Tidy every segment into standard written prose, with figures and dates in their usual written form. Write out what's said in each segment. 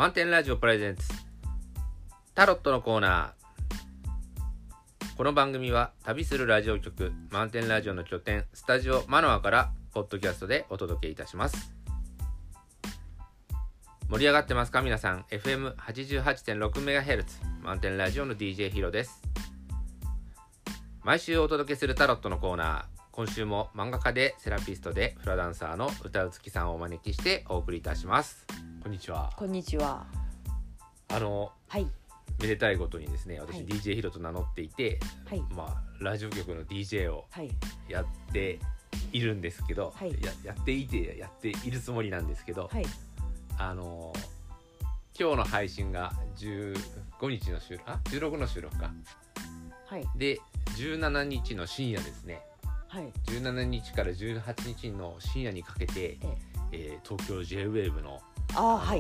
満点ラジオプレゼンツタロットのコーナー。この番組は旅するラジオ局満点ラジオの拠点スタジオマノアからポッドキャストでお届けいたします。盛り上がってますか皆さん。 FM88.6MHz 満点ラジオの DJ ヒロです。毎週お届けするタロットのコーナー、今週も漫画家でセラピストでフラダンサーの歌うつきさんをお招きしてお送りいたします。こんにちは。 こんにちは。はい、 めでたいことにですね、私、 はい、 DJ ヒロと名乗っていて、 はい、 ラジオ局の DJ をはい、 やっているんですけど、 はい、 やっているつもりなんですけど、 はい、 今日の配信が15日の収録、16の収録か、 はい、 で17日の深夜ですね、 はい、 17日から18日の深夜にかけて、東京 J-WAVE のはい、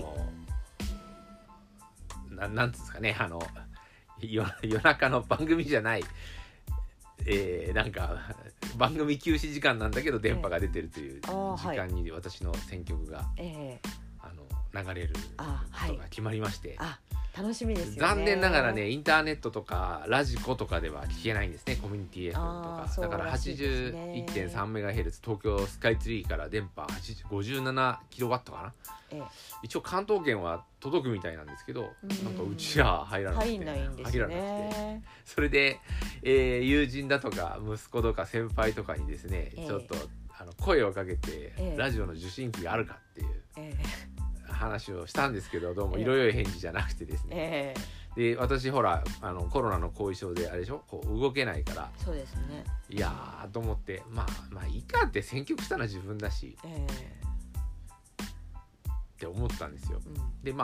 なんですかね、夜中の番組じゃない、なんか番組休止時間なんだけど電波が出てるという時間に私の選曲が、流れることが決まりまして、 楽しみですよね。 残念ながらね、インターネットとかラジコとかでは聞けないんですね、コミュニティ FM とか。だから 81.3MHz 東京スカイツリーから電波 57kW かな、一応関東圏は届くみたいなんですけど、なんかうちは入らなくて、 入んないんですね。 それで、友人だとか息子とか先輩とかにですね、ちょっと声をかけて、ラジオの受信機があるかっていう、話をしたんですけど、どうも色々返事じゃなくてですね、で私ほらコロナの後遺症であれでしょ、こう動けないから、 そうですね、 いやーと思って、まあいいかって選曲したのは自分だし、って思ったんですよ、で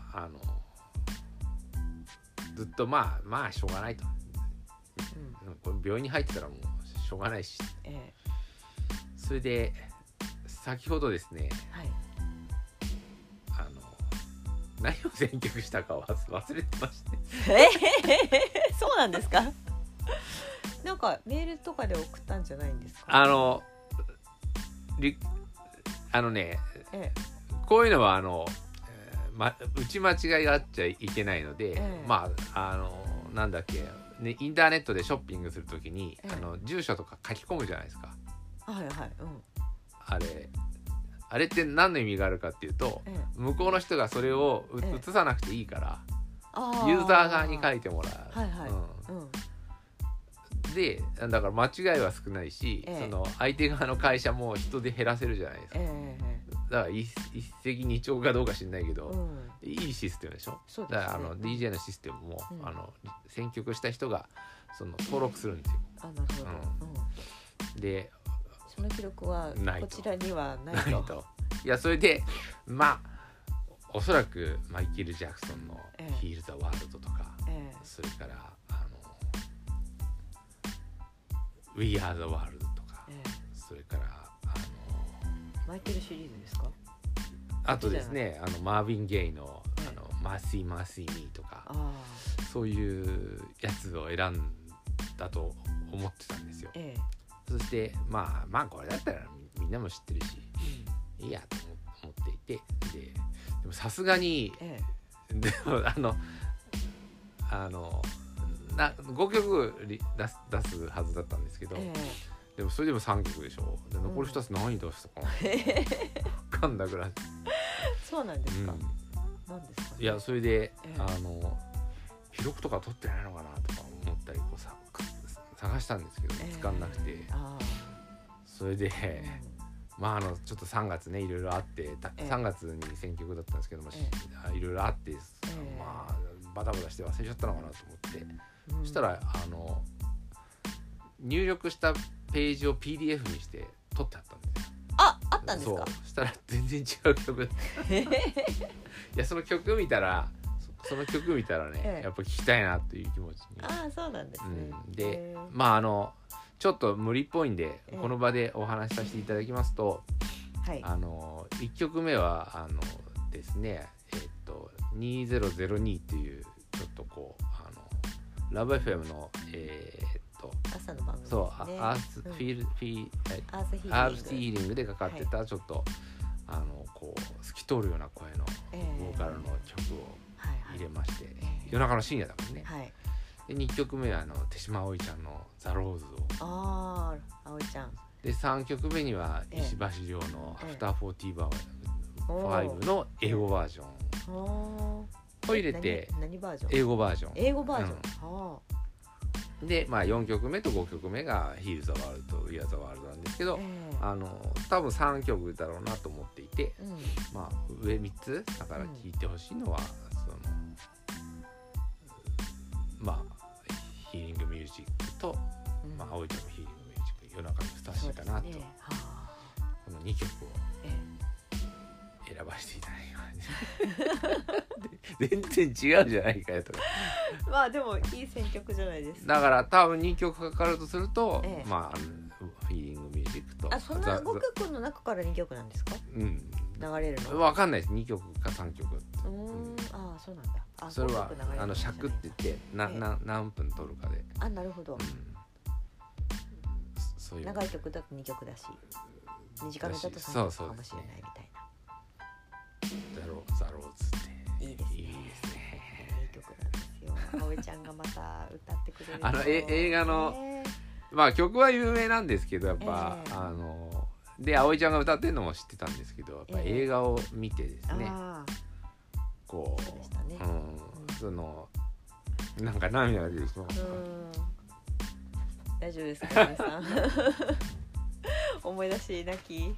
ずっとまあしょうがないと、これ病院に入ってたらもうしょうがないし、それで先ほどですね、何を選曲したか忘れてましてそうなんですかなんかメールとかで送ったんじゃないんですか。 こういうのは打ち間違いがあっちゃいけないので、なんだっけ、ね、インターネットでショッピングするときに、住所とか書き込むじゃないですか。あれって何の意味があるかっていうと、向こうの人がそれを写さなくていいから、ユーザー側に書いてもらう、でだから間違いは少ないし、その相手側の会社も人で減らせるじゃないですか、だから一石二鳥かどうか知んないけど、いいシステムでしょ。だからDJ のシステムも、選曲した人がその登録するんですよ。でその記録はこちらにはないと。 いや、それでおそらくマイケル・ジャクソンの「Heal the World」とか、それから「We Are the World」とか、それからマイケルシリーズですか。 あとですね、マーヴィン・ゲイの「Mercy Mercy Me」とか、そういうやつを選んだと思ってたんですよ。そしてこれだったらみんなも知ってるし、いいやと思っていて、でもさすがに、でも5曲出すはずだったんですけど、でもそれでも3曲でしょ。で残り2つ何出したかな、分かんなくなって。 そうなんですか、なんですか、 いや、それで、記録とか取ってないのかなとか思ったり探したんですけど見つかんなくて、それで、ちょっと3月ねいろいろあって、3月に選曲だったんですけども、いろいろあって、バタバタして忘れちゃったのかなと思って、そしたら入力したページを PDF にして取ってあったんですよ。 あったんですか。 そしたら全然違う曲いや、その曲見たらね、やっぱ聞きたいなという気持ちに。 そうなんですね。 でちょっと無理っぽいんで、この場でお話しさせていただきますと、1曲目はですね、2002っていうちょっとこうラブ FM の朝の番組ですね。 そう、アースヒーリングでかかってたちょっとこう透き通るような声のボーカルの曲を入れまして、夜中の深夜だからね、で2曲目は手島葵ちゃんのザローズを、 葵ちゃんで3曲目には石橋亮のアフター45の英語バージョンを入れて、 何バージョン？ 英語バージョン、で、4曲目と5曲目がヒール・ザ・ワールド、ウィア・ザ・ワールドなんですけど、多分3曲だろうなと思っていて、上3つだから聴いてほしいのは、ヒーリングミュージックと、葵ちゃんのヒーリングミュージック、夜中にふさわしいかなと、この2曲を選ばせていただきます全然違うじゃないかよとかでもいい選曲じゃないですか。 だから多分2曲かかるとすると、フィーリングミュージックと、 そんな5曲の中から2曲なんですか？流れるの分かんないです。2曲か3曲って、 そうなんだ。 それは尺って言って何分取るかで、 なるほど、そういう長い曲だと2曲だし、短めだと3曲かもしれないみたいな。 ザローズっていいですね。いい曲なんですよ。葵ちゃんがまた歌ってくれる映画の曲は有名なんですけど、やっぱ、で葵ちゃんが歌ってるのも知ってたんですけど、やっぱ映画を見てですね、こう、なんか涙が出てきそう。 大丈夫ですか皆さん思い出し泣き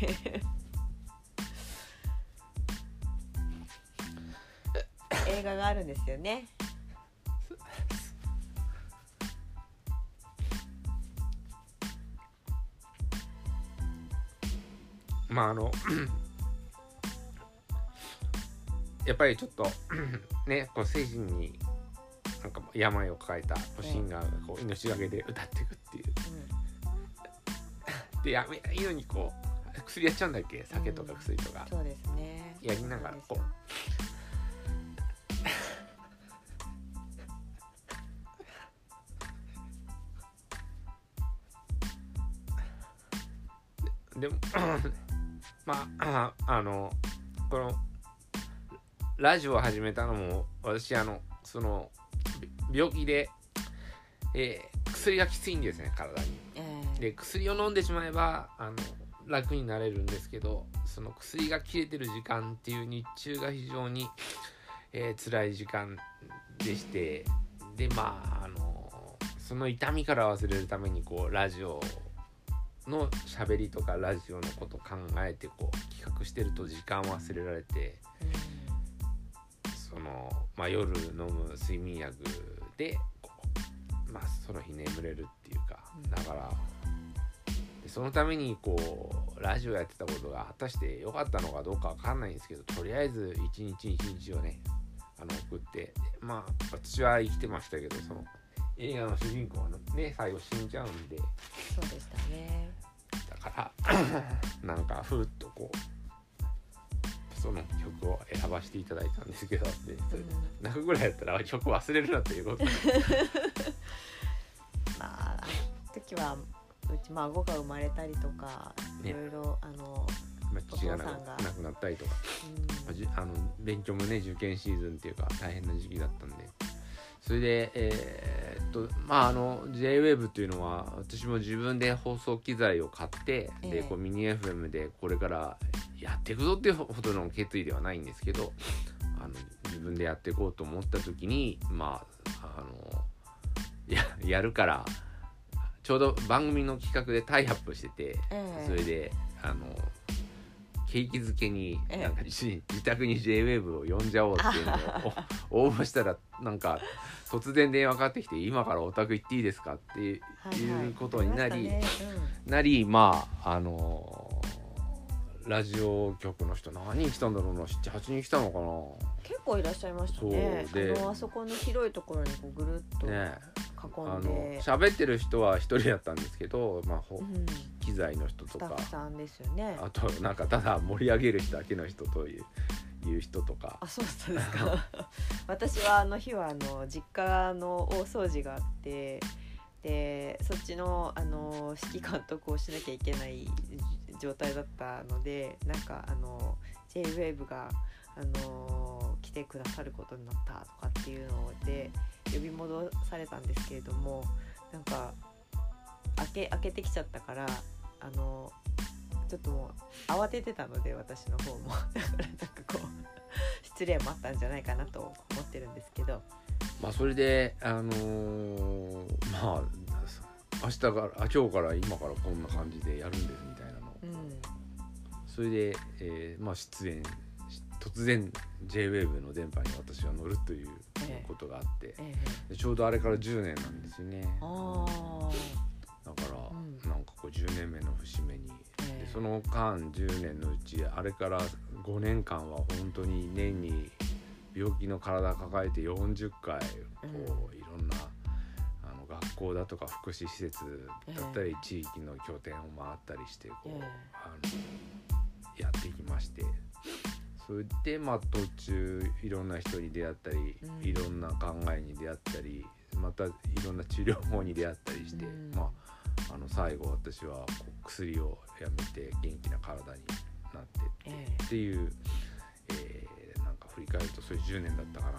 映画があるんですよね。 やっぱりちょっとね、こう精神になんか病を抱えたシンガーがこう命がけで歌っていくっていう、でやめないようにこう薬やっちゃうんだっけ、酒とか薬とか、 そうですね、 やりながらこうでもこのラジオを始めたのも、私その病気で、薬がきついんですね、体に、で薬を飲んでしまえば楽になれるんですけど、その薬が切れてる時間っていう日中が非常に、辛い時間でして、でその痛みから忘れるためにこうラジオの喋りとかラジオのこと考えてこう企画してると時間忘れられて、夜飲む睡眠薬でこう、その日眠れるっていうか、だからでそのためにこうラジオやってたことが果たして良かったのかどうかわかんないんですけど、とりあえず一日一日をね送って、私は生きてましたけど、その映画の主人公はね最後死んじゃうんで、 そうでしたね。 だからなんかふーっとこうその曲を選ばせていただいたんですけど、でそれ泣くぐらいやったら曲忘れるなということで時はうち孫が生まれたりとか、いろいろ父が亡くなったりとか、勉強もね受験シーズンっていうか大変な時期だったんで、それでJ-Wave っていうのは私も自分で放送機材を買って、でこうミニ FM でこれからやっていくぞっていうほどの決意ではないんですけど、自分でやっていこうと思った時にやるから、ちょうど番組の企画でタイアップしてて、それで景気づけになんか自宅に J-Wave を呼んじゃおうっていうのを応募したら、なんか突然電話かかってきて、今からお宅行っていいですかっていうことになり、ラジオ局の人何人来たんだろうな、7、8人来たのかな。 結構いらっしゃいましたね。あそこの広いところにこうぐるっと囲んで、 喋ってる人は一人だったんですけど、機材の人とかスタッフさんですよね。 あとなんかただ盛り上げる人だけの人という人とか。 そうですか私は日は実家の大掃除があって、でそっちの指揮監督をしなきゃいけない状態だったので、なんかJ-WAVE が来てくださることになったとかっていうので呼び戻されたんですけれども、なんか開けてきちゃったからちょっともう慌ててたので、私の方もだからなんかこう失礼もあったんじゃないかなと思ってるんですけど、 まあそれでまあ今日から今からこんな感じでやるんですみたいなの、それで、まあ出演突然 J-WAVE の電波に私は乗るということがあって、でちょうどあれから10年なんですよね。だから、なんかこう10年目の節目に、でその間10年のうちあれから5年間は本当に年に病気の体抱えて40回こういろんな学校だとか福祉施設だったり地域の拠点を回ったりしてこう、やっていきまして、それでまあ途中いろんな人に出会ったり、いろんな考えに出会ったり、またいろんな治療法に出会ったりして、まあ最後私はこう薬をやめて元気な体になってっていう、なんか振り返るとそういう10年だったかな。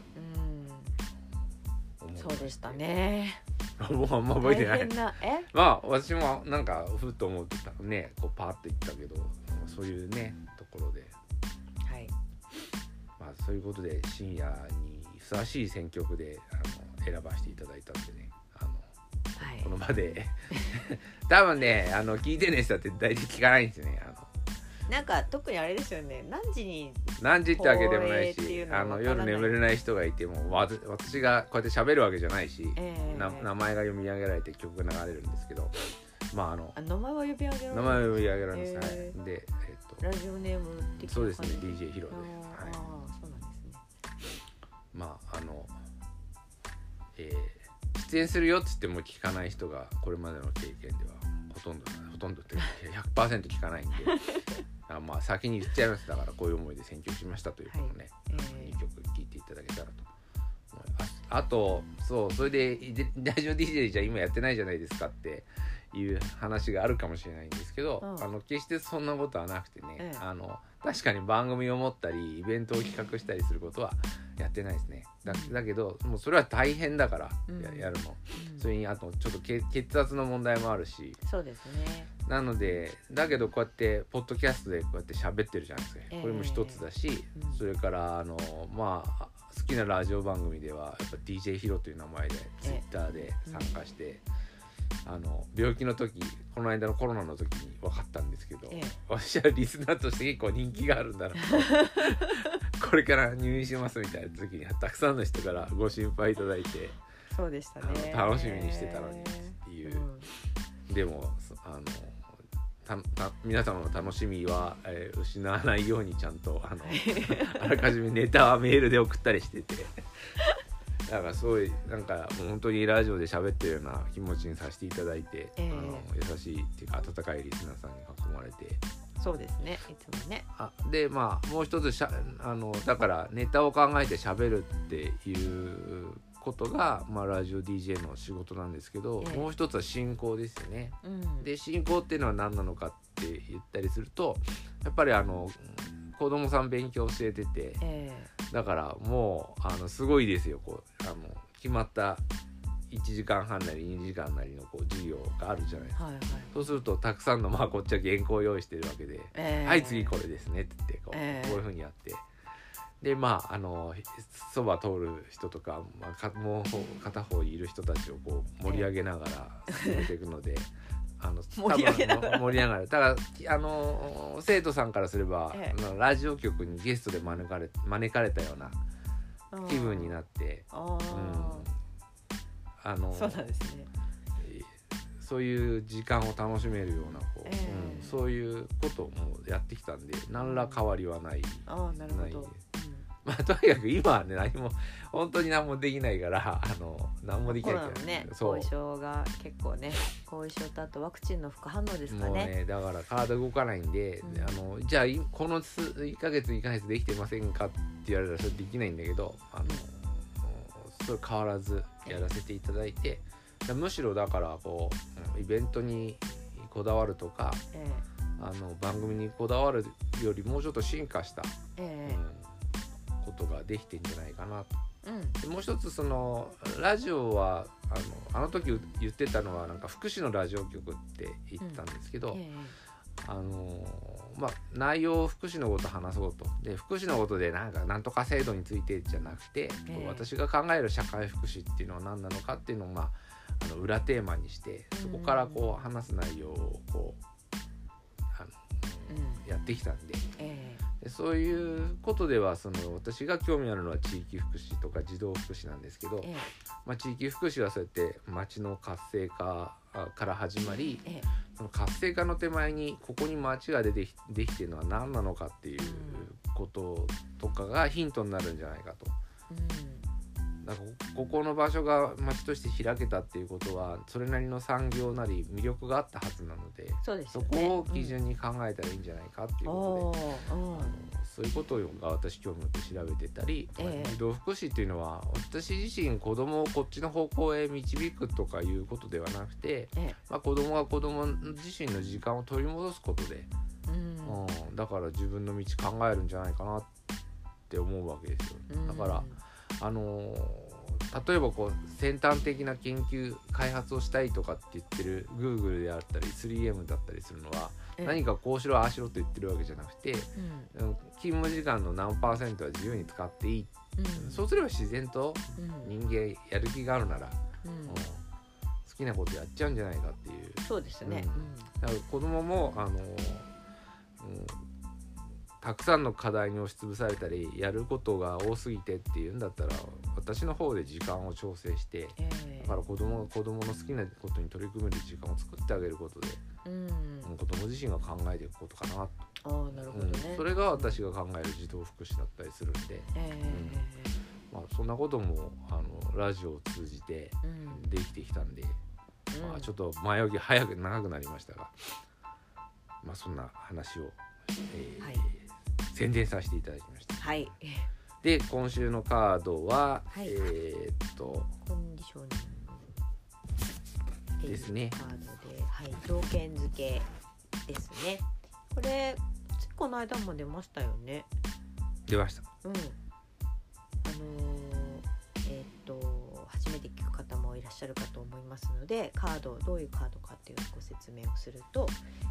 そうでしたね。 もうあんま覚えてない。まあ私もなんかふっと思ってたね、こうパーッと言ったけど、そういうねところで、 はい、 まあそういうことで深夜にふさわしい選曲で選ばせていただいたんでね、はい、この場で多分ね聞いてねえ人って大体聞かないんですよね。 なんか特にあれですよね、 何時ってわけでもないし、夜眠れない人がいても私がこうやって喋るわけじゃないし、名前が読み上げられて曲が流れるんですけど、まあ名前は呼び上げられるんですか？ 名前は呼び上げられるんです、はい、でラジオネーム的な。 そうですね、 DJ ヒロで、はい、 そうなんですね。 まあ出演するよっつっても聞かない人がこれまでの経験ではほとんどって 100% 聞かないんでまあ先に言っちゃいます。だからこういう思いで選曲しましたということをね、2曲聴いていただけたらと思います。あとそれでラジオ DJ じゃ今やってないじゃないですかっていう話があるかもしれないんですけど、決してそんなことはなくてね、確かに番組を持ったりイベントを企画したりすることはやってないですね。だけどもうそれは大変だから やるの、それにあとちょっと血圧の問題もあるし、 そうですね。 なのでだけどこうやってポッドキャストでこうやって喋ってるじゃないですか、これも一つだし、それからまあ好きなラジオ番組ではやっぱ DJ ヒロという名前でツイッターで参加して、病気の時、この間のコロナの時に分かったんですけど、私はリスナーとして結構人気があるんだなとこれから入院しますみたいな時にたくさんの人からご心配いただいて、 そうでしたね、 楽しみにしてたのにっていう、でも皆様の楽しみは、失わないようにちゃんとあらかじめネタはメールで送ったりしててだからすごいなんかもう本当にラジオで喋ってるような気持ちにさせていただいて、優しいっていうか温かいリスナーさんに囲まれて、 そうですね、いつもね。 でまあもう一つだからネタを考えて喋るっていうことが、まあ、ラジオ DJ の仕事なんですけど、もう一つは進行ですよね、で進行っていうのは何なのかって言ったりすると、やっぱり子供さん勉強教えてて、だからもうすごいですよ、こう決まった1時間半なり2時間なりのこう授業があるじゃないですか、そうするとたくさんのまあこっちは原稿を用意してるわけで、はい次これですねって言ってこういう風にやって、でまあそば通る人とか、もう片方いる人たちをこう盛り上げながら進めていくので、 盛り上げながらだから生徒さんからすれば、ラジオ局にゲストで招かれたような気分になって、 そうなんですね。 そういう時間を楽しめるようなこう、そういうこともやってきたんで、何ら変わりはない。 なるほど。 まあとにかく今はね本当に何もできないから何もできないから、 コロナのね、後遺症が結構ね、後遺症とあとワクチンの副反応ですかね。 もうねだから体動かないんで、じゃあこの1ヶ月2ヶ月できてませんかって言われたらそれできないんだけど、それ変わらずやらせていただいて、むしろだからこうイベントにこだわるとか、 番組にこだわるよりもうちょっと進化した、ことができてんじゃないかなと。でもう一つそのラジオはあの時言ってたのはなんか福祉のラジオ局って言ってたんですけど、内容を福祉のこと話そうと。で福祉のことでなんとか制度についてじゃなくて、私が考える社会福祉っていうのは何なのかっていうのを裏テーマにして、そこからこう話す内容をこうやってきたんで、でそういうことではその私が興味あるのは地域福祉とか児童福祉なんですけど、地域福祉はそうやって町の活性化から始まり、その活性化の手前にここに町ができているのは何なのかっていうこととかがヒントになるんじゃないかと。なんかここの場所が町として開けたっていうことはそれなりの産業なり魅力があったはずなので、そこを基準に考えたらいいんじゃないかっていうことで、そういうことが私興味持って調べてたり、児童福祉っていうのは私自身子供をこっちの方向へ導くとかいうことではなくて、子供が子供自身の時間を取り戻すことで、だから自分の道考えるんじゃないかなって思うわけですよ。だから例えばこう先端的な研究開発をしたいとかって言ってる Google であったり 3M だったりするのは、何かこうしろああしろと言ってるわけじゃなくて、勤務時間の何%は自由に使っていい、そうすれば自然と人間やる気があるなら、好きなことやっちゃうんじゃないかっていう。 そうですね、 だから子供もたくさんの課題に押しつぶされたりやることが多すぎてっていうんだったら、私の方で時間を調整して、だから子供の好きなことに取り組める時間を作ってあげることで、子供自身が考えていくことかなと。 なるほどね。 それが私が考える児童福祉だったりするんで、そんなこともラジオを通じてできてきたんで、ちょっと前置き長くなりましたが、そんな話を、宣伝させていただきました。で今週のカードは、コンディショニングですね。カードで、条件付けですね。これついこの間も出ましたよね。出ました。初めて聞く方もいらっしゃるかと思いますので、どういうカードかっていうご説明をすると、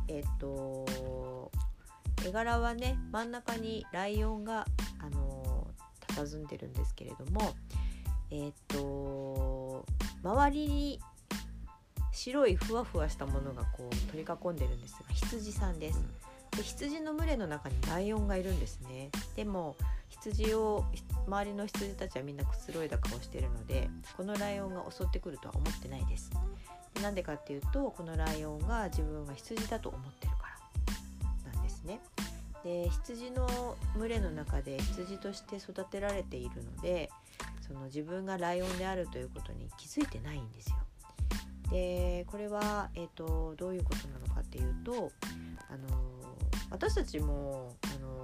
絵柄はね、真ん中にライオンが佇んでるんですけれども、周りに白いふわふわしたものがこう取り囲んでるんですが、羊さんです。で羊の群れの中にライオンがいるんですね。でも周りの羊たちはみんなくつろいだ顔してるので、このライオンが襲ってくるとは思ってないです。なんでかっていうと、このライオンが自分が羊だと思ってるからなんですね。で羊の群れの中で羊として育てられているので、その自分がライオンであるということに気づいてないんですよ。でこれは、どういうことなのかっていうと、私たちも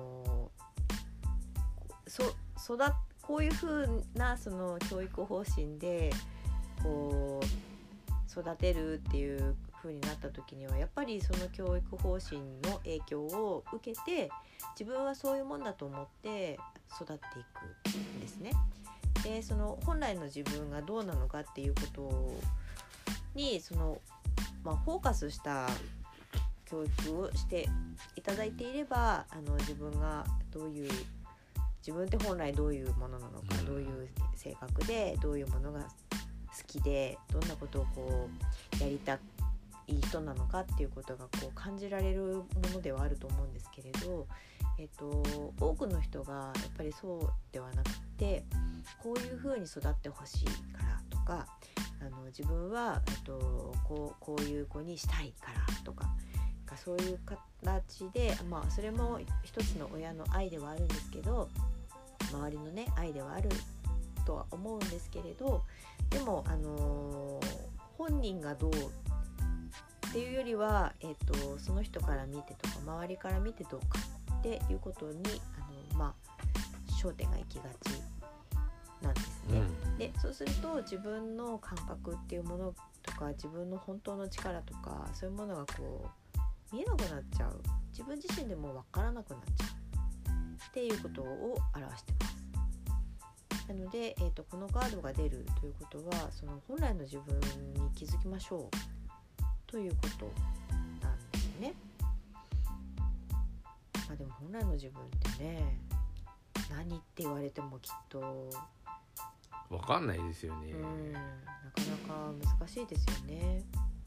こういう風なその教育方針でこう育てるっていう風になった時には、やっぱりその教育方針の影響を受けて、自分はそういうもんだと思って育っていくんですね。でその本来の自分がどうなのかっていうことにフォーカスした教育をしていただいていれば、自分って本来どういうものなのか、どういう性格でどういうものが好きで、どんなことをこうやりたい人なのかっていうことがこう感じられるものではあると思うんですけれど、多くの人がやっぱりそうではなくて、こういう風に育ってほしいからとか、自分は、こういう子にしたいからとか、そういう形で、それも一つの親の愛ではあるんですけど、周りのね愛ではあるとは思うんですけれど、でも本人がどうっていうよりは、その人から見てとか周りから見てどうかっていうことに焦点が行きがちなんですね。でそうすると自分の感覚っていうものとか、自分の本当の力とか、そういうものがこう見えなくなっちゃう自分自身でも分からなくなっちゃうっていうことを表してます。なので、このカードが出るということは、その本来の自分に気づきましょうということなんですね。でも本来の自分ってね、何って言われてもきっと分かんないですよね。 なかなか難しいですよね。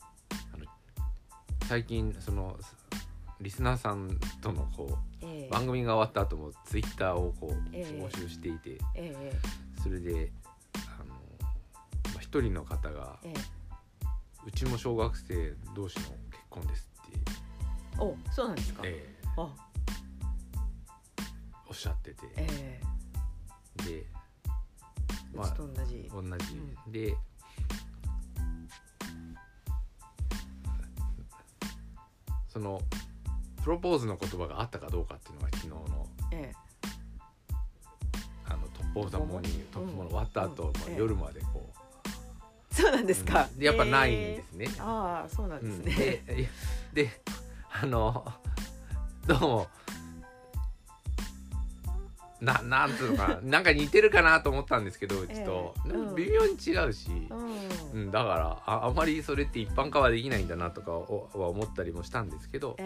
最近そのリスナーさんとのこう、番組が終わった後もツイッターをこう、募集していて、それで一人の方が、うちも小学生同士の結婚ですって、 そうなんですか。 おっしゃってて、で、 うちと同じ、 で、そのプロポーズの言葉があったかどうかっていうのが昨日の、トップオブザモーニング、トップモノ終わった後、夜までこう、 そうなんですか。 やっぱないんですね。 そうなんですね。 でどうもなんつうのかな、なんか似てるかなと思ったんですけど、うちと、でも微妙に違うし、だからあまりそれって一般化はできないんだなとかは思ったりもしたんですけど、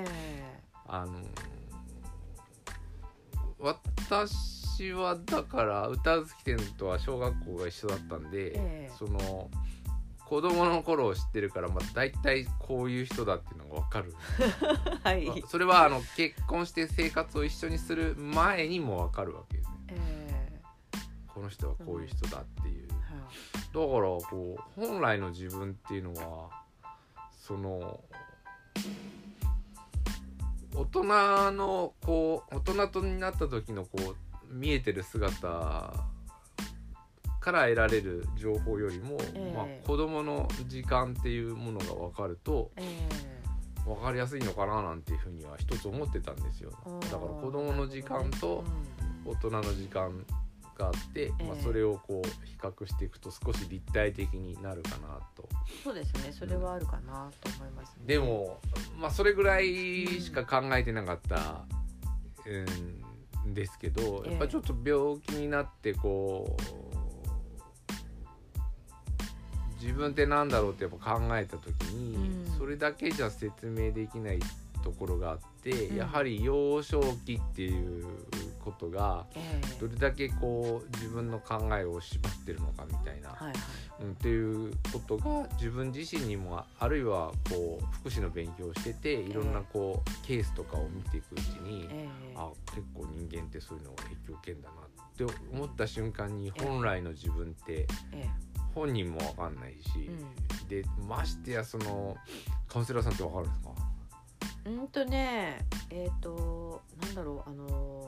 私はだから歌月店とは小学校が一緒だったんで、その子供の頃を知ってるから、大体こういう人だっていうのが分かる、それは結婚して生活を一緒にする前にも分かるわけですね、この人はこういう人だっていう、だからこう本来の自分っていうのは、その大人とになった時のこう見えてる姿から得られる情報よりも、子供の時間っていうものが分かると、分かりやすいのかななんていうふうには一つ思ってたんですよ。だから子供の時間と大人の時間があって、それをこう比較していくと少し立体的になるかなと。 そうですね、それはあるかなと思いますね。 でもそれぐらいしか考えてなかった、ですけど、やっぱちょっと病気になってこう自分ってなんだろうってやっぱ考えた時に、それだけじゃ説明できないところがあって、やはり幼少期っていうことがどれだけこう自分の考えを縛ってるのかみたいな、っていうことが自分自身にも、あるいはこう福祉の勉強をしてて、いろんなこうケースとかを見ていくうちに、結構人間ってそういうのを影響を受けるんだなって思った瞬間に、本来の自分って本人も分かんないし、でましてやそのカウンセラーさんって分かるんですか？ なんだろう、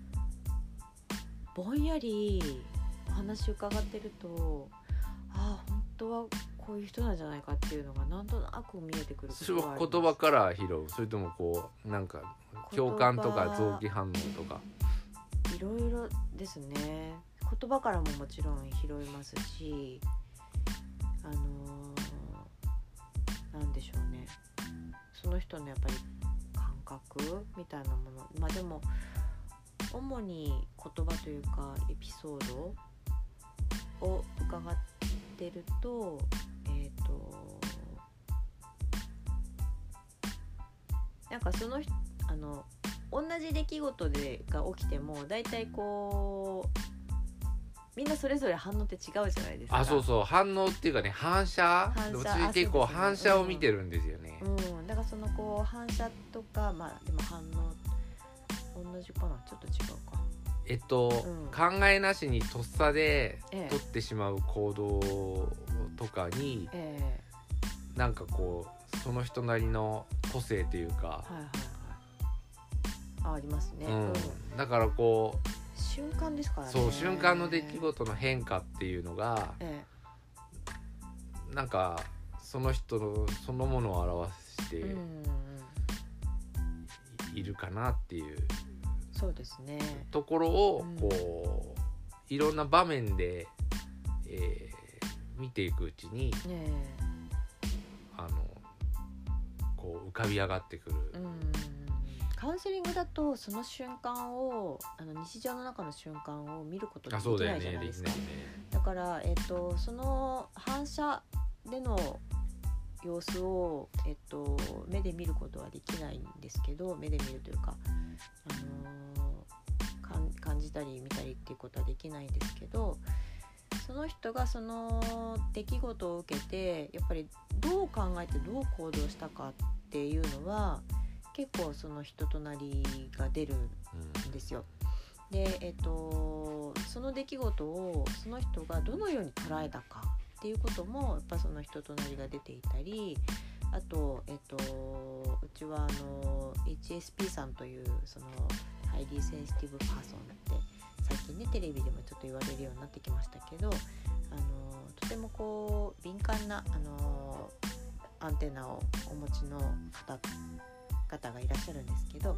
ぼんやりお話伺ってると、本当はこういう人なんじゃないかっていうのがなんとなく見えてくることがあります。 それは言葉から拾う、それともこうなんか共感とか臓器反応とか、 いろいろですね。言葉からももちろん拾いますし、なんでしょうね、その人のやっぱり感覚みたいなもの、でも主に言葉というかエピソードを伺ってると、なんかその同じ出来事が起きてもだいたいこうみんなそれぞれ反応って違うじゃないですか。 そうそう、反応っていうかね、反射私結構反射を見てるんですよね。 だからそのこう反射とか、でも反応同じかな、ちょっと違うか。 考えなしにとっさで取ってしまう行動とかに、なんかこうその人なりの個性というか、 ありますね。 だからこう瞬間ですからね。 そう、瞬間の出来事の変化っていうのが、なんかその人のそのものを表しているかなっていう、 そうですね、 ところをこういろんな場面で、見ていくうちに、こう浮かび上がってくるカウンセリングだとその瞬間を日常の中の瞬間を見ることができないじゃないですか。だから、その反射での様子を、目で見ることはできないんですけど、目で見るというか、感じたり見たりっていうことはできないんですけど、その人がその出来事を受けてやっぱりどう考えてどう行動したかっていうのは結構その人となりが出るんですよ。で、その出来事をその人がどのように捉えたかっていうこともやっぱその人となりが出ていたり、あと、うちはHSP さんというそのハイリーセンシティブパーソンって最近ねテレビでもちょっと言われるようになってきましたけど、とてもこう敏感なアンテナをお持ちの方がいらっしゃるんですけど、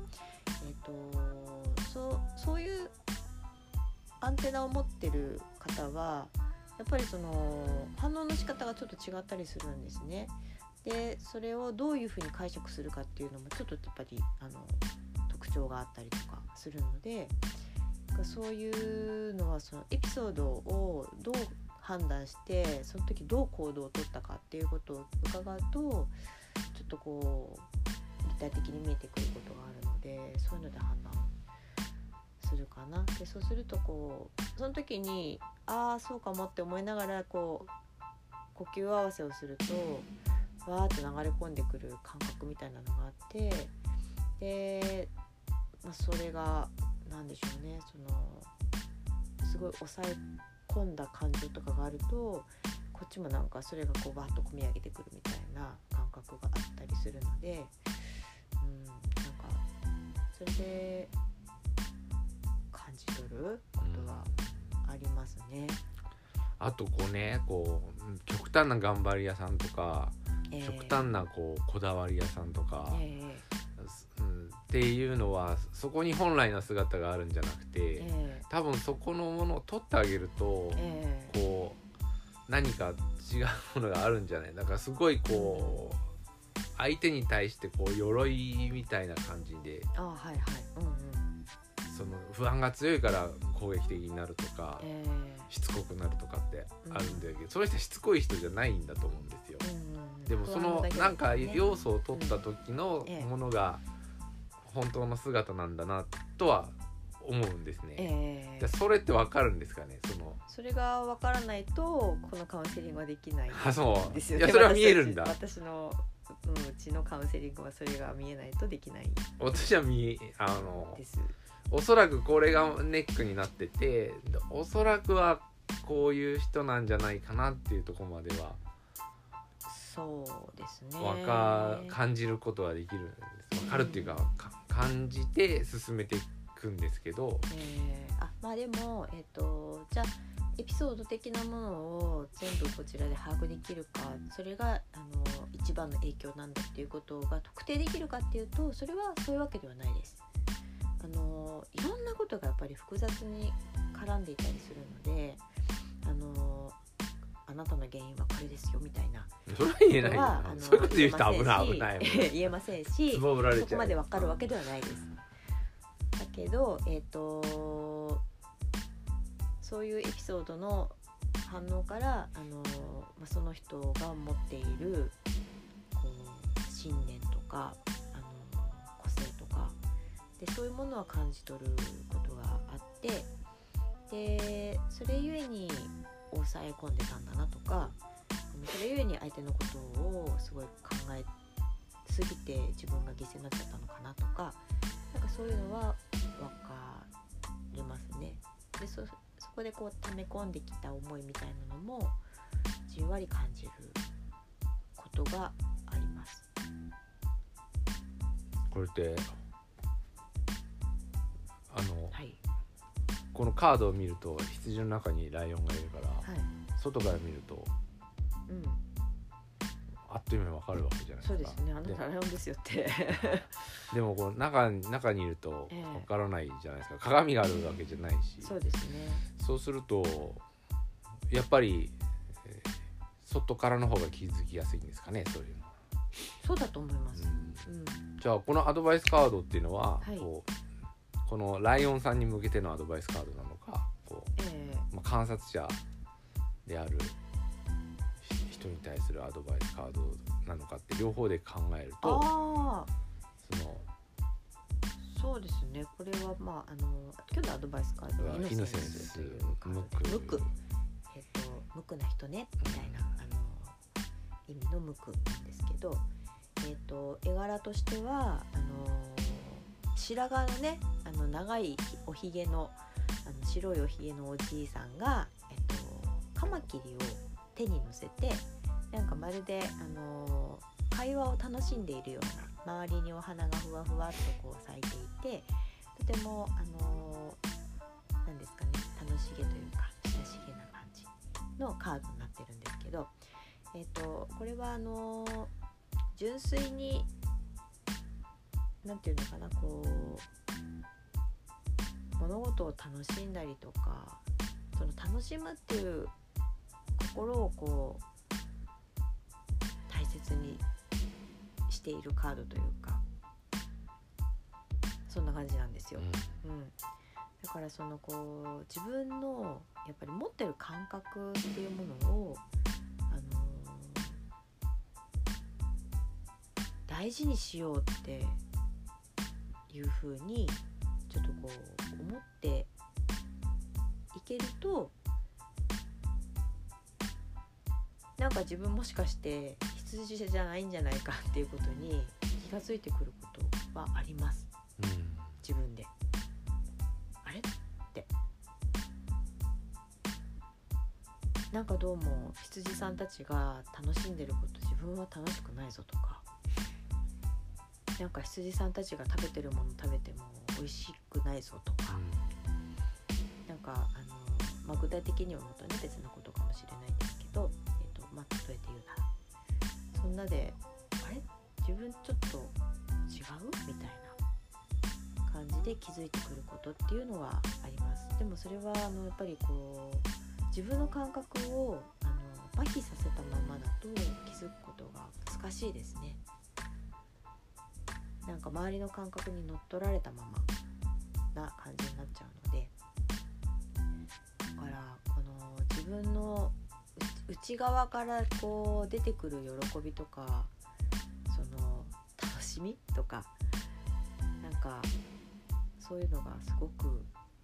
そういうアンテナを持ってる方はやっぱりその反応の仕方がちょっと違ったりするんですね。でそれをどういうふうに解釈するかっていうのもちょっとやっぱり特徴があったりとかするので、そういうのはそのエピソードをどう判断してその時どう行動を取ったかっていうことを伺うとちょっとこう立体的に見えてくることがあるので、そういうので判断するかな。でそうするとこうその時にそうかもって思いながらこう呼吸合わせをするとわーっと流れ込んでくる感覚みたいなのがあって、で、それがなんでしょうね、すごい抑え込んだ感情とかがあるとこっちもなんかそれがこうバーッと込み上げてくるみたいな感覚があったりするので、なんかそれで感じ取ることはありますね。 あとこう極端な頑張り屋さんとか、極端なこだわり屋さんとか、っていうのはそこに本来の姿があるんじゃなくて、多分そこのものを取ってあげると、こう何か違うものがあるんじゃない。だからすごいこう相手に対してこう鎧みたいな感じで、その不安が強いから攻撃的になるとか、しつこくなるとかってあるんだけど、その人はしつこい人じゃないんだと思うんですよ。でもそのなんか要素を取った時のものが本当の姿なんだなとは思うんですね。それって分かるんですかね。 それが分からないとこのカウンセリングはできないんですよね。 いやそれは見えるんだ。 私のうちのカウンセリングはそれが見えないとできない。 私はですおそらくこれがネックになってて、おそらくはこういう人なんじゃないかなっていうところまではそうですね、 感じることはできるんです。分かるっていうか、感じて進めていくんですけど、 でも、じゃあエピソード的なものを全部こちらで把握できるか、それが一番の影響なんだっていうことが特定できるかっていうと、それはそういうわけではないです。いろんなことがやっぱり複雑に絡んでいたりするので、あなたの原因はこれですよみたいな、 それは言えないよな。そういうこと言う人危ないもん言えませんし、そこまで分かるわけではないです。だけど、そういうエピソードの反応からその人が持っているこう信念とか個性とかで、そういうものは感じ取ることがあって、でそれゆえに抑え込んでたんだなとか、それゆえに相手のことをすごい考えすぎて自分が犠牲になっちゃったのかなとか、なんかそういうのは分かりますね。でそこでこう溜め込んできた思いみたいなのもじんわり感じることがあります。 これってこのカードを見ると羊の中にライオンがいるから、外から見ると、あっという間に分かるわけじゃないですか。 そうですね、あなたライオンですよってでもこう中にいると分からないじゃないですか。鏡があるわけじゃないし。 そうですね。 そうするとやっぱり、外からの方が気づきやすいんですかね、そういうの。 そうだと思います、 じゃあこのアドバイスカードっていうのは、 はい、 このライオンさんに向けてのアドバイスカードなのか、観察者である人に対するアドバイスカードなのかって両方で考えると、 そうですね。これはまあ今日のアドバイスカードはイノセンスというカードで無垢、無垢な人ねみたいな意味の無垢なんですけど、絵柄としては白髪のね長いおひげの白いおひげのおじいさんがカマキリを手に乗せてなんかまるで会話を楽しんでいるような、周りにお花がふわふわっとこう咲いていて、とてもなんですかね、楽しげというか親しげな感じのカードになってるんですけど、これは純粋になんていうのかな、こう物事を楽しんだりとか、その楽しむっていう心をこう大切にしているカードというか、そんな感じなんですよ、だからそのこう自分のやっぱり持ってる感覚っていうものを大事にしようっていうふうにちょっとこう思っていけると、なんか自分もしかして羊じゃないんじゃないかっていうことに気がついてくることはあります、自分であれってなんかどうも羊さんたちが楽しんでること自分は楽しくないぞとか、なんか羊さんたちが食べてるもの食べても美味しくないぞとか、なんか具体的にはまたね別なことかもしれないんですけど、例えて言うならそんなであれ自分ちょっと違うみたいな感じで気づいてくることっていうのはあります。でもそれはやっぱりこう自分の感覚を麻痺させたままだと気づくことが難しいですね。なんか周りの感覚に乗っ取られたままな感じになっちゃうので、だからこの自分の内側からこう出てくる喜びとか、その楽しみとか、なんかそういうのがすごく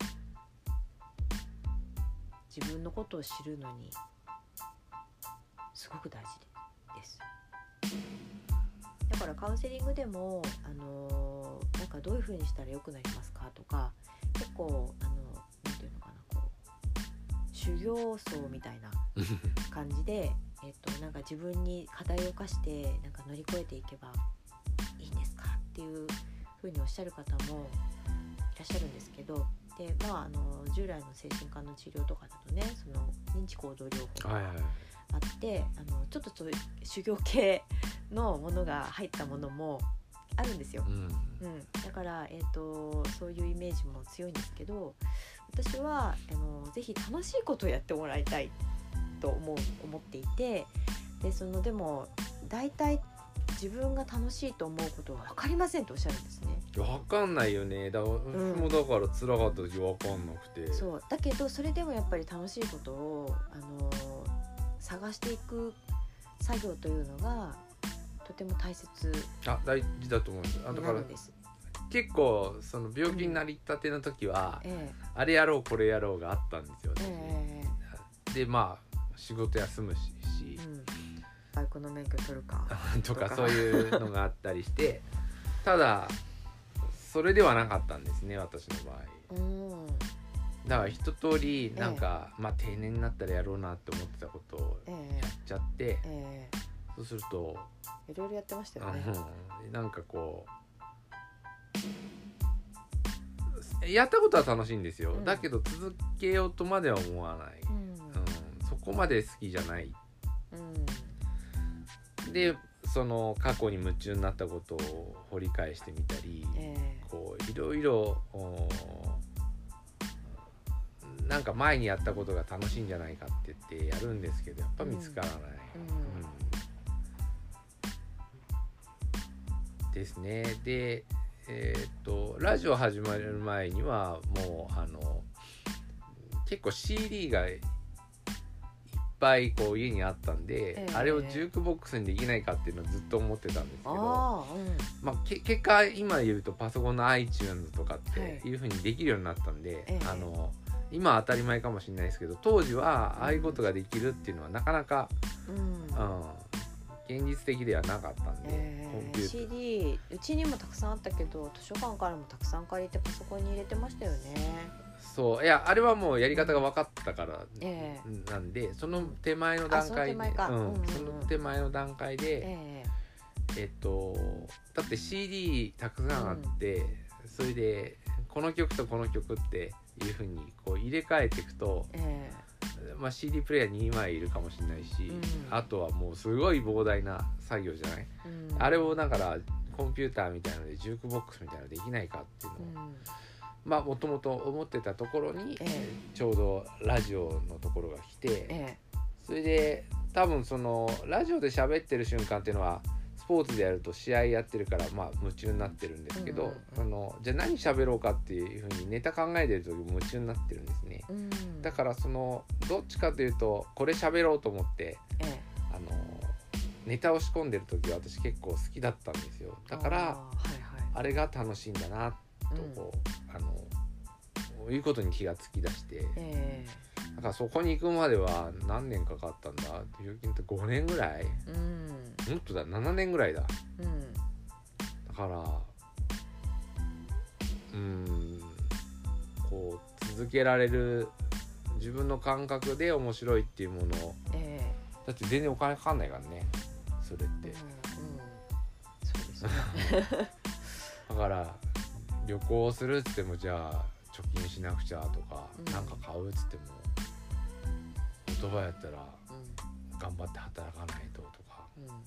自分のことを知るのにすごく大事です。だからカウンセリングでもなんかどういう風にしたら良くなりますかとか、結構なんていうのかな、こう修行僧みたいな感じでなんか自分に課題を課してなんか乗り越えていけばいいんですかっていう風におっしゃる方もいらっしゃるんですけど、で従来の精神科の治療とかだとね、その認知行動療法があって、ちょっとそういう修行系のものが入ったものもあるんですよ、だから、そういうイメージも強いんですけど、私はぜひ楽しいことをやってもらいたいと思っていて、でも大体自分が楽しいと思うことは分かりませんとおっしゃるんですね。 分かんないよね。私もだから辛かった時分かんなくて、 そうだけどそれでもやっぱり楽しいことを探していく作業というのがとても大切大事だと思うんです。だから結構その病気になりたての時は、あれやろうこれやろうがあったんですよ、で仕事休むし、 バイクの免許取るかとかそういうのがあったりしてただそれではなかったんですね、私の場合。だから一通りなんか、定年になったらやろうなって思ってたことをやっちゃって、そうするといろいろやってましたよね。 なんかこうやったことは楽しいんですよ、だけど続けようとまでは思わない、そこまで好きじゃない、でその過去に夢中になったことを掘り返してみたり、こういろいろなんか前にやったことが楽しいんじゃないかって言ってやるんですけど、やっぱ見つからない、 ですね。でラジオ始まる前にはもう結構 CD がいっぱいこう家にあったんで、あれをジュークボックスにできないかっていうのをずっと思ってたんですけど、まあ、結果今言うとパソコンの iTunes とかっていう風にできるようになったんで、今は当たり前かもしれないですけど、当時はああいうことができるっていうのはなかなか、現実的ではなかったんで、 コンピューター CD うちにもたくさんあったけど、図書館からもたくさん借りてパソコンに入れてましたよね。 そう、いやあれはもうやり方が分かったからなんで、その手前の段階で、その手前の段階で、だって CD たくさんあって、それでこの曲とこの曲っていう風にこう入れ替えていくと、まあ、CD プレイヤー2枚いるかもしれないし、あとはもうすごい膨大な作業じゃない、あれをだからコンピューターみたいなのでジュークボックスみたいなのできないかっていうのを、まあもともと思ってたところに、ちょうどラジオのところが来て、それで多分そのラジオで喋ってる瞬間っていうのはスポーツでやると試合やってるからまあ夢中になってるんですけど、じゃあ何喋ろうかっていう風にネタ考えてる時も夢中になってるんですね。だからそのどっちかというとこれ喋ろうと思って、ネタを仕込んでる時は私結構好きだったんですよ。だからあれが楽しいんだなとこう、いうことに気がつきだして、だからそこに行くまでは何年かかったんだっていうと5年ぐらい、もっとだ7年ぐらいだ、だからこう続けられる自分の感覚で面白いっていうものを、だって全然お金かかんないからねそれって、 そうですねだから旅行するっつってもじゃあ貯金しなくちゃとか、なんか買うっつっても言葉やったら頑張って働かないととか、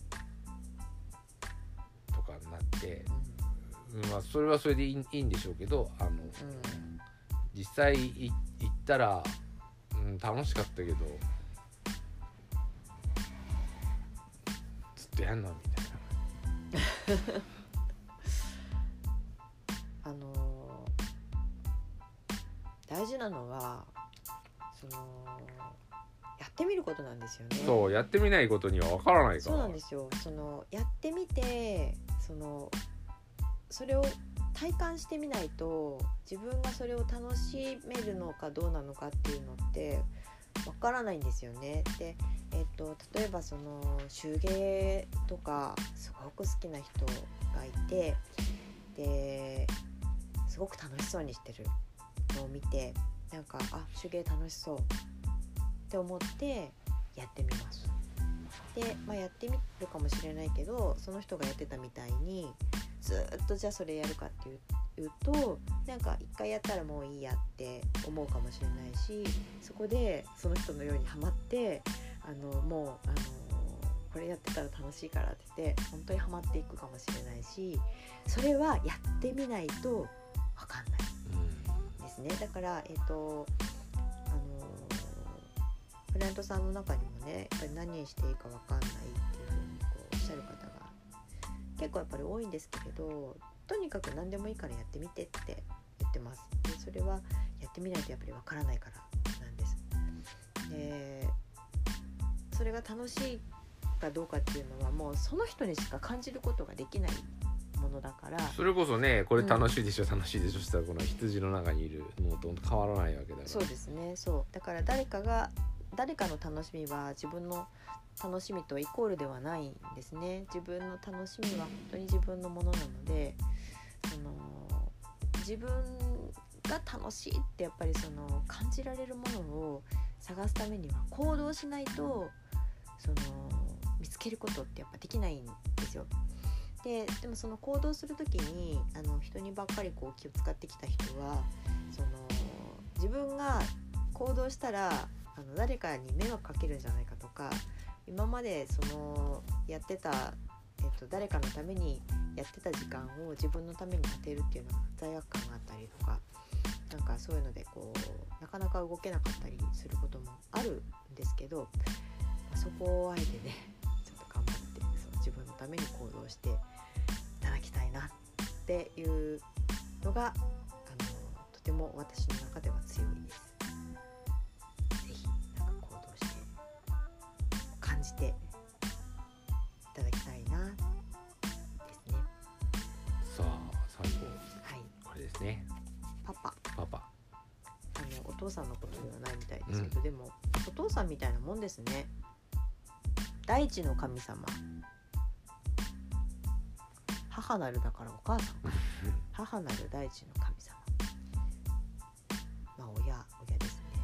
とかになって、まあそれはそれでいいんでしょうけど、実際行ったら、楽しかったけどずっとやんのみたいな大事なのはそのやってみることなんですよね。 そう、やってみないことにはわからないから。 そうなんですよ。そのやってみてそれを体感してみないと自分がそれを楽しめるのかどうなのかっていうのってわからないんですよね。で、例えばその手芸とかすごく好きな人がいて、ですごく楽しそうにしてるのを見て、なんか手芸楽しそうって思ってやってみます。で、やってみるかもしれないけど、その人がやってたみたいにずっとじゃあそれやるかっていうと、なんか一回やったらもういいやって思うかもしれないし、そこでその人のようにハマってもうこれやってたら楽しいからって言って本当にハマっていくかもしれないし、それはやってみないと分かんないですね。だからクライアントさんの中にもね、やっぱり何していいか分かんないっていうふうにおっしゃる方が結構やっぱり多いんですけれど、とにかく何でもいいからやってみてって言ってます。でそれはやってみないとやっぱり分からないからなんです。でそれが楽しいかどうかっていうのはもうその人にしか感じることができないものだから、 それこそね、これ楽しいでしょ、楽しいでしょしたらこの羊の中にいるのと変わらないわけだから。 そうですね。そうだから誰かの楽しみは自分の楽しみとイコールではないんですね。自分の楽しみは本当に自分のものなので、自分が楽しいってやっぱり感じられるものを探すためには行動しないと見つけることってやっぱできないんですよ。でもその行動するときに人にばっかりこう気を使ってきた人は自分が行動したら誰かに迷惑かけるんじゃないかとか、今までやってた、誰かのためにやってた時間を自分のために当てるっていうのは罪悪感があったりとか、なんかそういうのでこうなかなか動けなかったりすることもあるんですけど、そこをあえてねちょっと頑張って自分のために行動していただきたいなっていうのがとても私の中では強いです。ぜひなんか行動して感じていただきたいなですね。 さあ最後、 はい、 これですね。パパお父さんのことではないみたいですけど、でもお父さんみたいなもんですね。大地の神様、母なるだからお母さんか母なる大地の神様、まあ親ですね。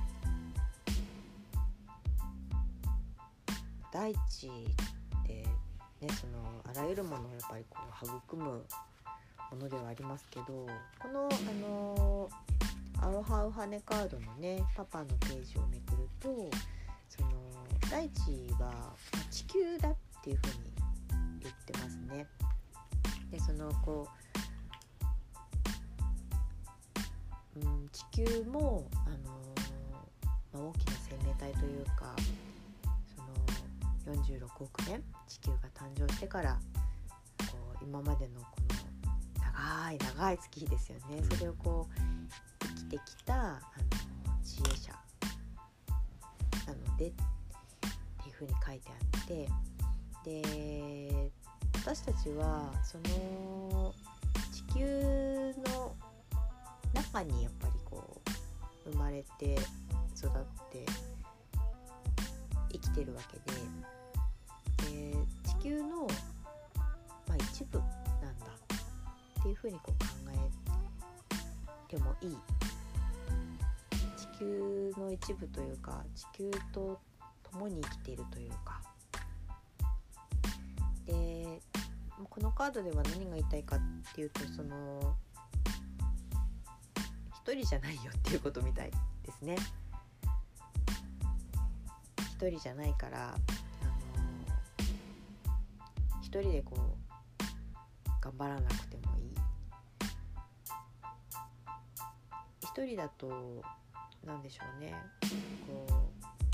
大地ってね、そのあらゆるものをやっぱりこう育むものではありますけど、このアロハウハネカードのねパパのページをめくると、その大地は地球だっていうふうに言ってますね。でそのこう、地球も大きな生命体というか、その46億年地球が誕生してからこう今までのこの長い月日ですよね。それをこう生きてきた知恵者なのでっていうふうに書いてあって、で私たちはその地球の中にやっぱりこう生まれて育って生きてるわけで、地球の、一部なんだっていうふうにこう考えてもいい、地球の一部というか地球と共に生きているというか。でこのカードでは何が言いたいかっていうと、その一人じゃないよっていうことみたいですね。一人じゃないから、一人でこう頑張らなくてもいい。一人だとなんでしょうね、こう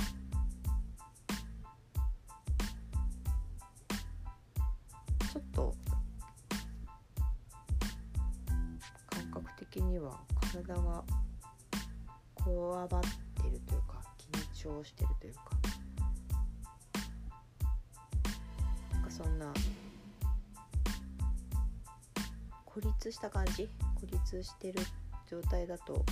ちょっと感覚的には体がこわばってるというか緊張してるというか、なんかそんな孤立した感じ、孤立してる状態だと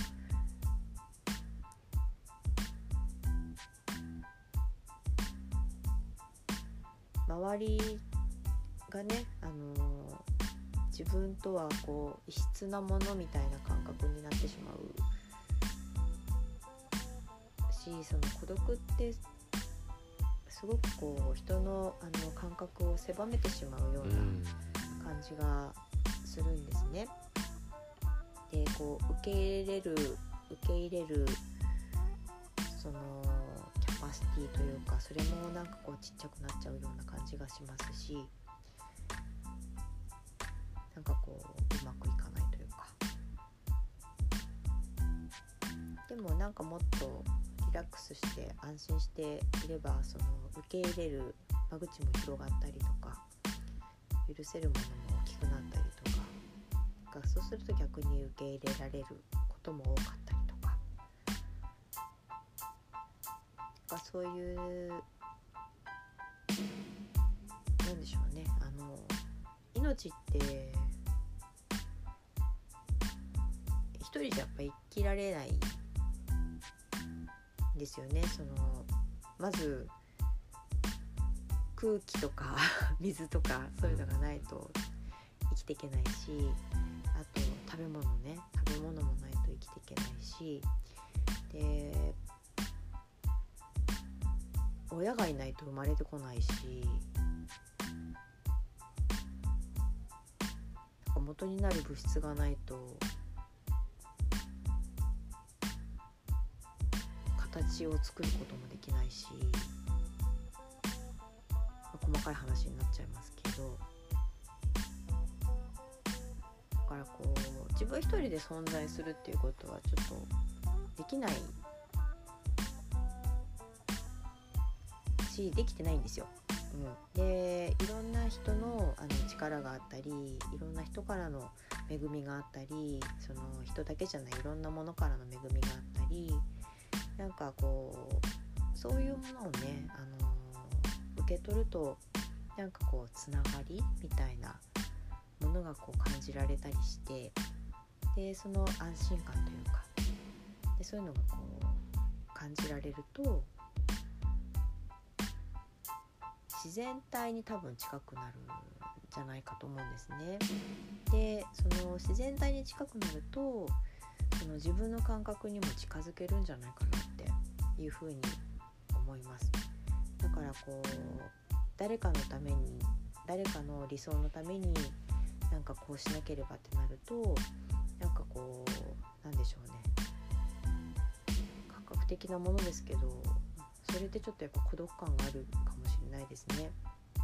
周りがね、自分とはこう異質なものみたいな感覚になってしまうし、その孤独ってすごくこう人の感覚を狭めてしまうような感じがするんですね。でこう受け入れるそのキャパシティというか、それもなんかこうちっちゃくなっちゃうような感じがしますし、なんかこううまくいかないというか、でもなんかもっとリラックスして安心していれば、その受け入れる間口も広がったりとか、許せるものも大きくなったりとか、そうすると逆に受け入れられることも多かったりとか、そういうなんでしょうね、命って一人じゃやっぱ生きられないんですよね。そのまず空気とか水とかそういうのがないと生きていけないし、あと食べ物もないと生きていけないし、で親がいないと生まれてこないし、元になる物質がないと形を作ることもできないし、細かい話になっちゃいますけど、だからこう自分一人で存在するっていうことはちょっとできないし、できてないんですよ。 でいろんな人の力があったり、いろんな人からの恵みがあったり、その人だけじゃないいろんなものからの恵みがあったり、なんかこうそういうものをね、受け取るとなんかこうつながりみたいなものがこう感じられたりして、でその安心感というかでそういうのがこう感じられると自然体に多分近くなるんじゃないかと思うんですね。でその自然体に近くなるとその自分の感覚にも近づけるんじゃないかなっていうふうに思います。だからこう誰かのために、誰かの理想のためになんかこうしなければってなると、なんかこうなんでしょうね、感覚的なものですけど、それってちょっとやっぱ孤独感があるかもしれないですね。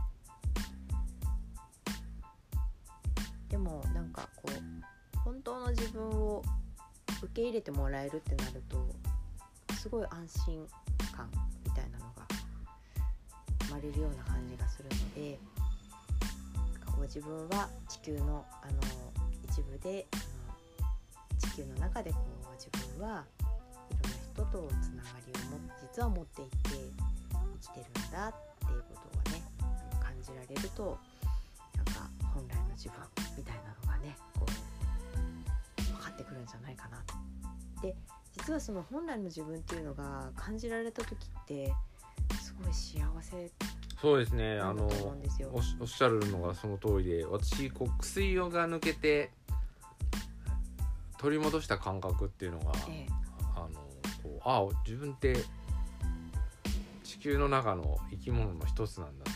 でもなんかこう本当の自分を受け入れてもらえるってなるとすごい安心感みたいなのが生まれるような感じがするので、なんかこう自分は地球の一部で地球の中でこう自分はいろんな人とつながりを実は持っていて生きてるんだっていうことをね感じられると、なんか本来の自分みたいなのがねこう分かってくるんじゃないかな。で実はその本来の自分っていうのが感じられた時ってすごい幸せそうですね、 なんだと思うんですよ。 おっしゃるのがその通りで、私こう薬が抜けて取り戻した感覚っていうのが、こう自分って地球の中の生き物の一つなんだと、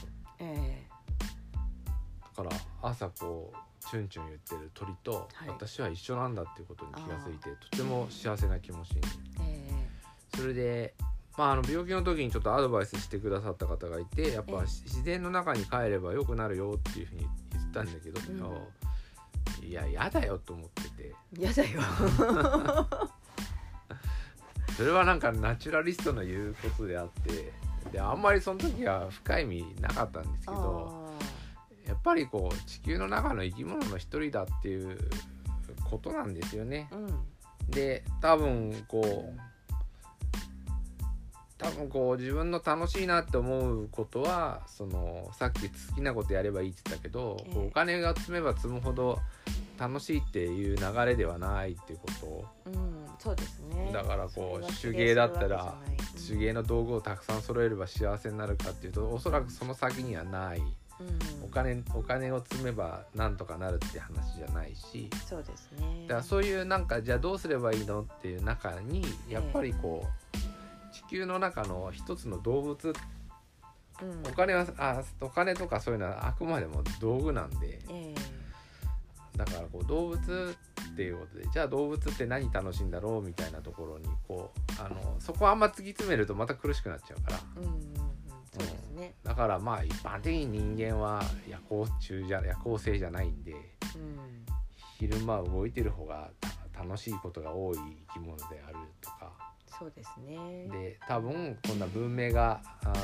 だから朝こうチュンチュン言ってる鳥と私は一緒なんだっていうことに気がついて、とても幸せな気持ちに、それで病気の時にちょっとアドバイスしてくださった方がいて、やっぱ自然の中に帰れば良くなるよっていうふうに言ったんだけど、いや嫌だよと思ってて、 嫌だよそれはなんかナチュラリストの言うことであって、であんまりその時は深い意味なかったんですけど、やっぱりこう地球の中の生き物の一人だっていうことなんですよね、で多分自分の楽しいなって思うことはそのさっき好きなことやればいいって言ったけど、お金が積めば積むほど楽しいっていう流れではないっていうこと、 そうですね。 だからこう手芸だったら手芸の道具をたくさん揃えれば幸せになるかっていうと、おそらくその先にはない、お金を積めばなんとかなるって話じゃないし、 そうですね。 だからそういうなんかじゃあどうすればいいのっていう中にやっぱりこう、地球の中の一つの動物、お金とかそういうのはあくまでも道具なんで、だからこう動物っていうことで、じゃあ動物って何楽しいんだろうみたいなところにこうそこあんま突き詰めるとまた苦しくなっちゃうから、 そうですね。 だからまあ一般的に人間は夜行性じゃないんで、昼間動いてる方が楽しいことが多い生き物であるとか、 そうですね。 で多分こんな文明が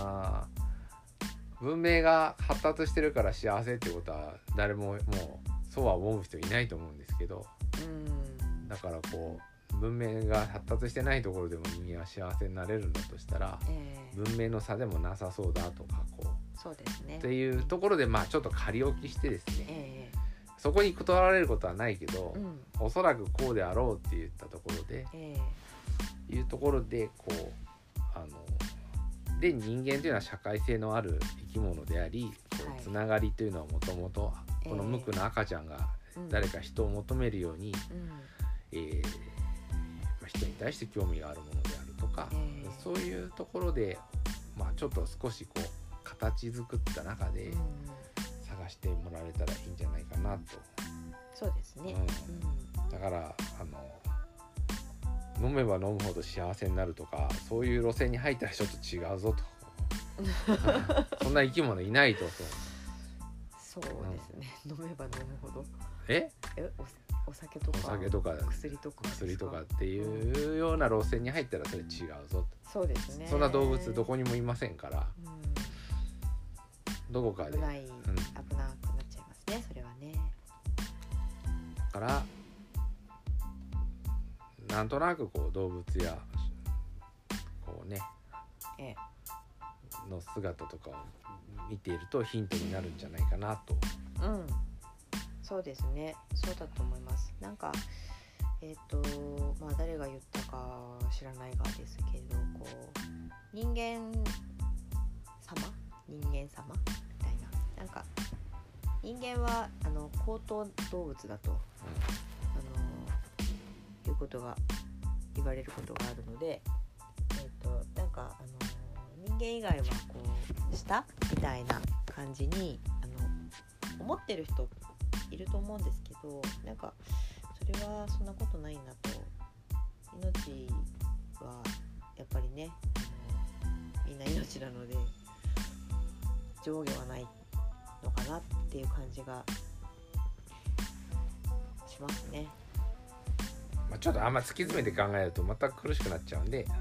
発達してるから幸せってことは誰ももうそうは思う人いないと思うんですけど、だからこう文明が発達してないところでも人間は幸せになれるんだとしたら、文明の差でもなさそうだとかそうですね。 っていうところでちょっと仮置きしてですね、そこに断られることはないけど、おそらくこうであろうって言ったところで、いうところでこうで人間というのは社会性のある生き物であり、つながりというのはもともとこの無垢な赤ちゃんが誰か人を求めるように、人に対して興味があるものであるとか、そういうところで、ちょっと少しこう形作った中で探してもらえたらいいんじゃないかなと。 そうですね、 だから飲めば飲むほど幸せになるとか、そういう路線に入ったらちょっと違うぞとそんな生き物いないと。 そうですね、飲めば飲むほどお酒とか薬とかっていうような路線に入ったらそれ違うぞと。 そうですね。 そんな動物どこにもいませんから、 どこかで危なくなっちゃいますね、それはね。 だからなんとなくこう動物やこうね、の姿とかを見ているとヒントになるんじゃないかなと。 そうですね、そうだと思います。なんか誰が言ったか知らないがですけど、こう人間様みたいな、なんか人間は高等動物だと、いうことが言われることがあるので、なんか人間以外はこう下みたいな感じに思ってる人いると思うんですけど、なんかそれはそんなことないなと。命はやっぱりね、みんな命なので上下はないのかなっていう感じがしますね。 ちょっとあんま突き詰めて考えるとまた苦しくなっちゃうんで、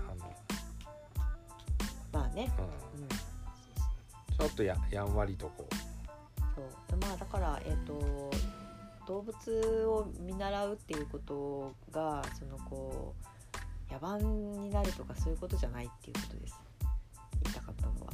まあね、 ちょっとやんわりとこう。 そうだから動物を見習うっていうことがこう野蛮になるとかそういうことじゃないっていうことです。言いたかったのは。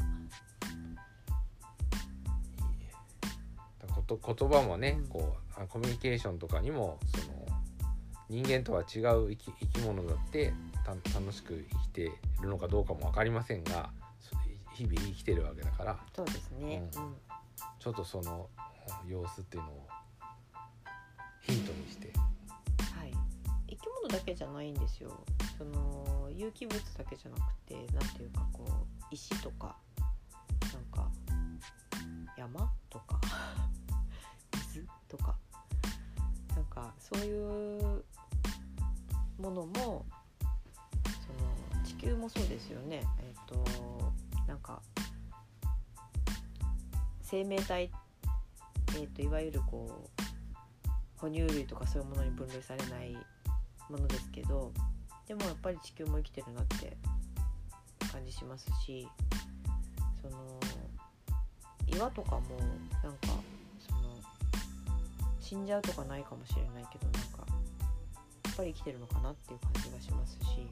言葉もね、こうコミュニケーションとかにも人間とは違う生き物だって楽しく生きているのかどうかも分かりませんが、日々生きてるわけだから。 そうですね、 ちょっとその様子っていうのをヒントにして、 生き物だけじゃないんですよ。有機物だけじゃなくて、なんていうかこう石とかなんか山とか水とかなんかそういうものも地球もそうですよね。なんか生命体、いわゆるこう哺乳類とかそういうものに分類されないものですけど、でもやっぱり地球も生きてるなって感じしますし、岩とかもなんか死んじゃうとかないかもしれないけど、なんかやっぱり生きてるのかなっていう感じがしますし、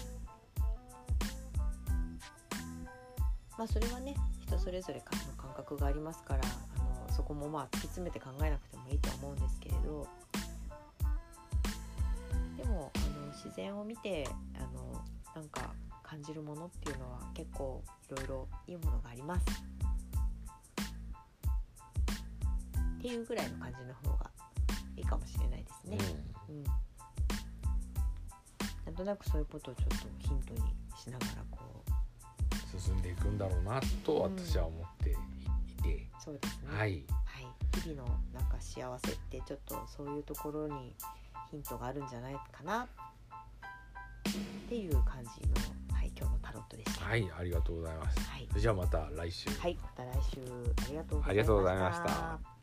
それはね人それぞれの感覚がありますから、そこも突き詰めて考えなくてもいいとは思うんですけれど、でも自然を見てなんか感じるものっていうのは結構いろいろいいものがありますっていうぐらいの感じの方がいいかもしれないですね。なんとなくそういうことをちょっとヒントにしながらこう進んでいくんだろうなと私は思っていて、 そうですね、日々のなんか幸せってちょっとそういうところにヒントがあるんじゃないかなっていう感じの、今日のタロットでした。 ありがとうございます。じゃあまた来週。 また来週ありがとうございました。